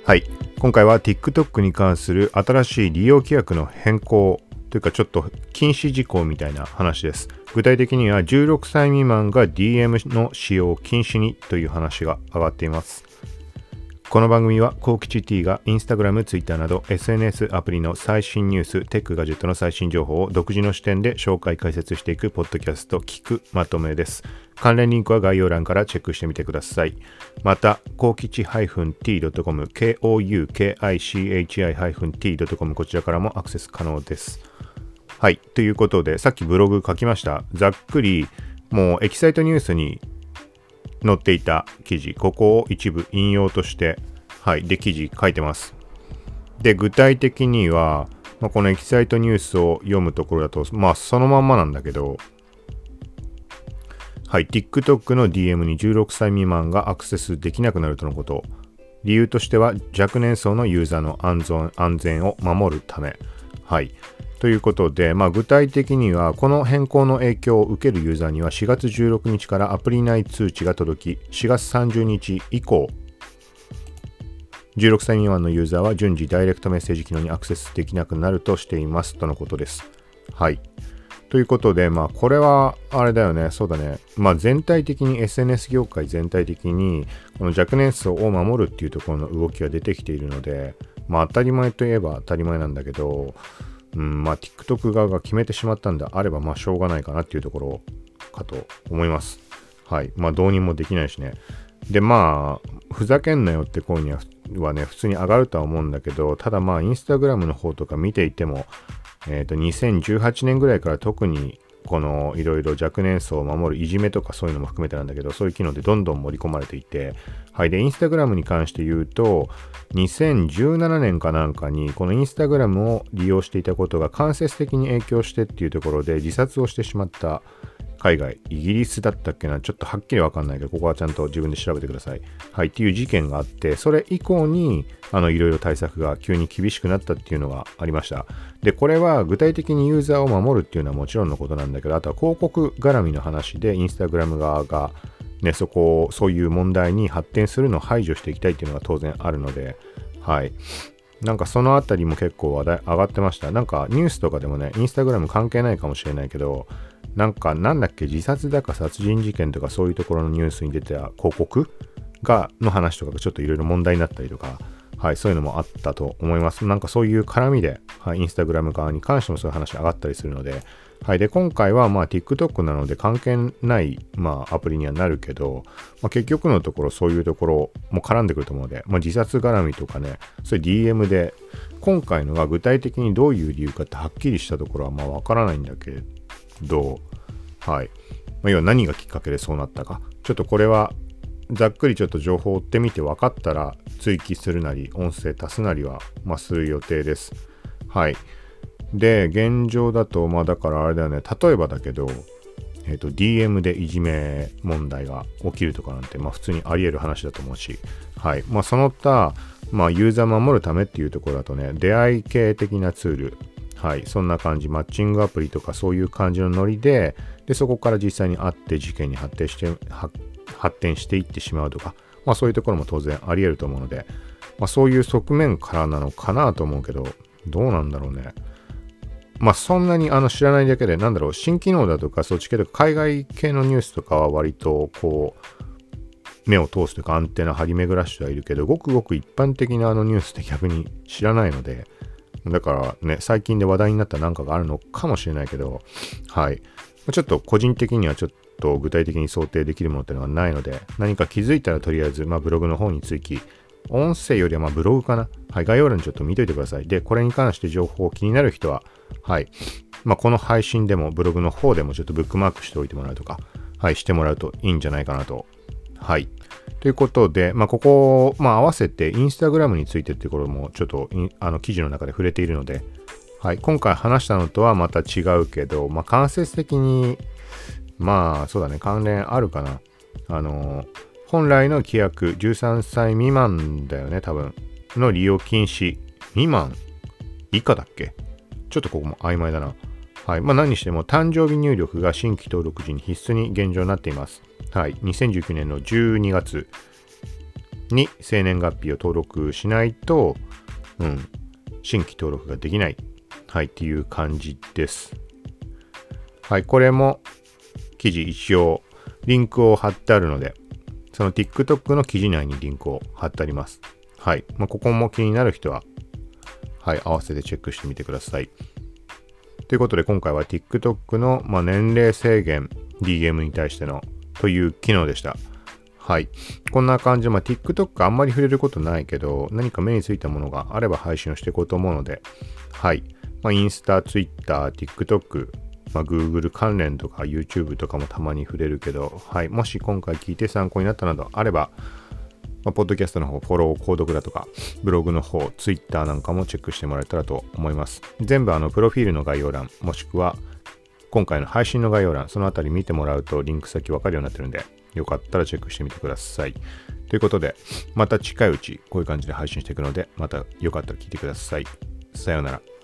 はい、今回は TikTok に関する新しい利用規約の変更というかちょっと禁止事項みたいな話です。具体的には16歳未満が DM の使用禁止にという話が上がっています。この番組は幸吉 T が Instagram、Twitter など SNS アプリの最新ニュース、テックガジェットの最新情報を独自の視点で紹介解説していくポッドキャスト聞くまとめです。関連リンクは概要欄からチェックしてみてください。また、幸吉 -t.com、KOUKICHI-t.com こちらからもアクセス可能です。はい、ということで、さっきブログ書きました。ざっくり、もうエキサイトニュースに載っていた記事、ここを一部引用として、はい、で記事書いてます。で、具体的には、このエキサイトニュースを読むところだと、そのまんまなんだけど、はい、TikTok の DM に16歳未満がアクセスできなくなるとのこと。理由としては、若年層のユーザーの安全を守るため。はい。ということで、具体的には、この変更の影響を受けるユーザーには4月16日からアプリ内通知が届き、4月30日以降、16歳未満のユーザーは順次ダイレクトメッセージ機能にアクセスできなくなるとしていますとのことです。はい。ということで、これは、あれだよね、そうだね。全体的に SNS 業界全体的に、この若年層を守るっていうところの動きが出てきているので、当たり前といえば当たり前なんだけど、TikTok 側が決めてしまったんであれば、しょうがないかなっていうところかと思います。はい。どうにもできないしね。で、ふざけんなよって声にはね、普通に上がるとは思うんだけど、ただインスタグラムの方とか見ていても、2018年ぐらいから特にこのいろいろ若年層を守るいじめとかそういうのも含めてなんだけど、そういう機能でどんどん盛り込まれていて、はい。で、インスタグラムに関して言うと、2017年かなんかにこのインスタグラムを利用していたことが間接的に影響してっていうところで自殺をしてしまった海外、イギリスだったっけな、ちょっとはっきりわかんないけど、ここはちゃんと自分で調べてください。はい。っていう事件があって、それ以降に、いろいろ対策が急に厳しくなったっていうのがありました。で、これは具体的にユーザーを守るっていうのはもちろんのことなんだけど、あとは広告絡みの話で、インスタグラム側が、ね、そういう問題に発展するのを排除していきたいっていうのが当然あるので、はい。そのあたりも結構話題上がってました。ニュースとかでもね、インスタグラム関係ないかもしれないけど、なんだっけ、自殺だか殺人事件とかそういうところのニュースに出てた広告の話とかがちょっといろいろ問題になったりとか、はい、そういうのもあったと思います。そういう絡みで、はい、インスタグラム側に関してもそういう話上がったりするので、はい。で、今回はTikTok なので関係ないアプリにはなるけど、結局のところそういうところも絡んでくると思うので、自殺絡みとかね、そういう DM で、今回のが具体的にどういう理由かってはっきりしたところはわからないんだけど、はい。要は何がきっかけでそうなったか。ちょっとこれはざっくりちょっと情報を追ってみて分かったら追記するなり音声足すなりはする予定です。はい。で、現状だとだからあれだよね、例えばだけど、DM でいじめ問題が起きるとかなんて普通にあり得る話だと思うし、はい。その他ユーザー守るためっていうところだとね、出会い系的なツール、はい、そんな感じ、マッチングアプリとかそういう感じのノリで、そこから実際に会って事件に発展していってしまうとか、そういうところも当然あり得ると思うので、そういう側面からなのかなと思うけど、どうなんだろうね。そんなに知らないだけで、新機能だとか、そっち系とか、海外系のニュースとかは割と目を通すというかアンテナ張り巡らしてはいるけど、ごくごく一般的なニュースって逆に知らないので、だからね、最近で話題になったなんかがあるのかもしれないけど、はい。ちょっと個人的にはちょっと具体的に想定できるものっていうのがないので、何か気づいたらとりあえず、ブログの方に追記、音声よりはブログかな。はい、概要欄にちょっと見といてください。で、これに関して情報気になる人は、はい。この配信でもブログの方でもちょっとブックマークしておいてもらうとか、はい、してもらうといいんじゃないかなと。はい。ということで、ここ、合わせてインスタグラムについてっていうこともちょっと記事の中で触れているので、はい、今回話したのとはまた違うけど、間接的に、そうだね、関連あるかな。本来の規約、13歳未満だよね、多分、の利用禁止。未満以下だっけ？ちょっとここも曖昧だな。はい。何にしても誕生日入力が新規登録時に必須に現状になっています。はい。2019年の12月に生年月日を登録しないと、新規登録ができない。はい、っていう感じです。はい、これも記事一応リンクを貼ってあるので、その TikTok の記事内にリンクを貼ってあります。はい、ここも気になる人は、はい、合わせてチェックしてみてください。ということで今回は TikTok の、年齢制限 DM に対してのという機能でした。はい。こんな感じで、TikTok あんまり触れることないけど、何か目についたものがあれば配信をしていこうと思うので、はい。インスタ、Twitter、TikTok、Google 関連とか YouTube とかもたまに触れるけど、はい。もし今回聞いて参考になったなどあれば、ポッドキャストの方、フォロー、購読だとか、ブログの方、Twitter なんかもチェックしてもらえたらと思います。全部プロフィールの概要欄、もしくは今回の配信の概要欄、そのあたり見てもらうとリンク先わかるようになってるんで、よかったらチェックしてみてください。ということで、また近いうちこういう感じで配信していくので、またよかったら聞いてください。さようなら。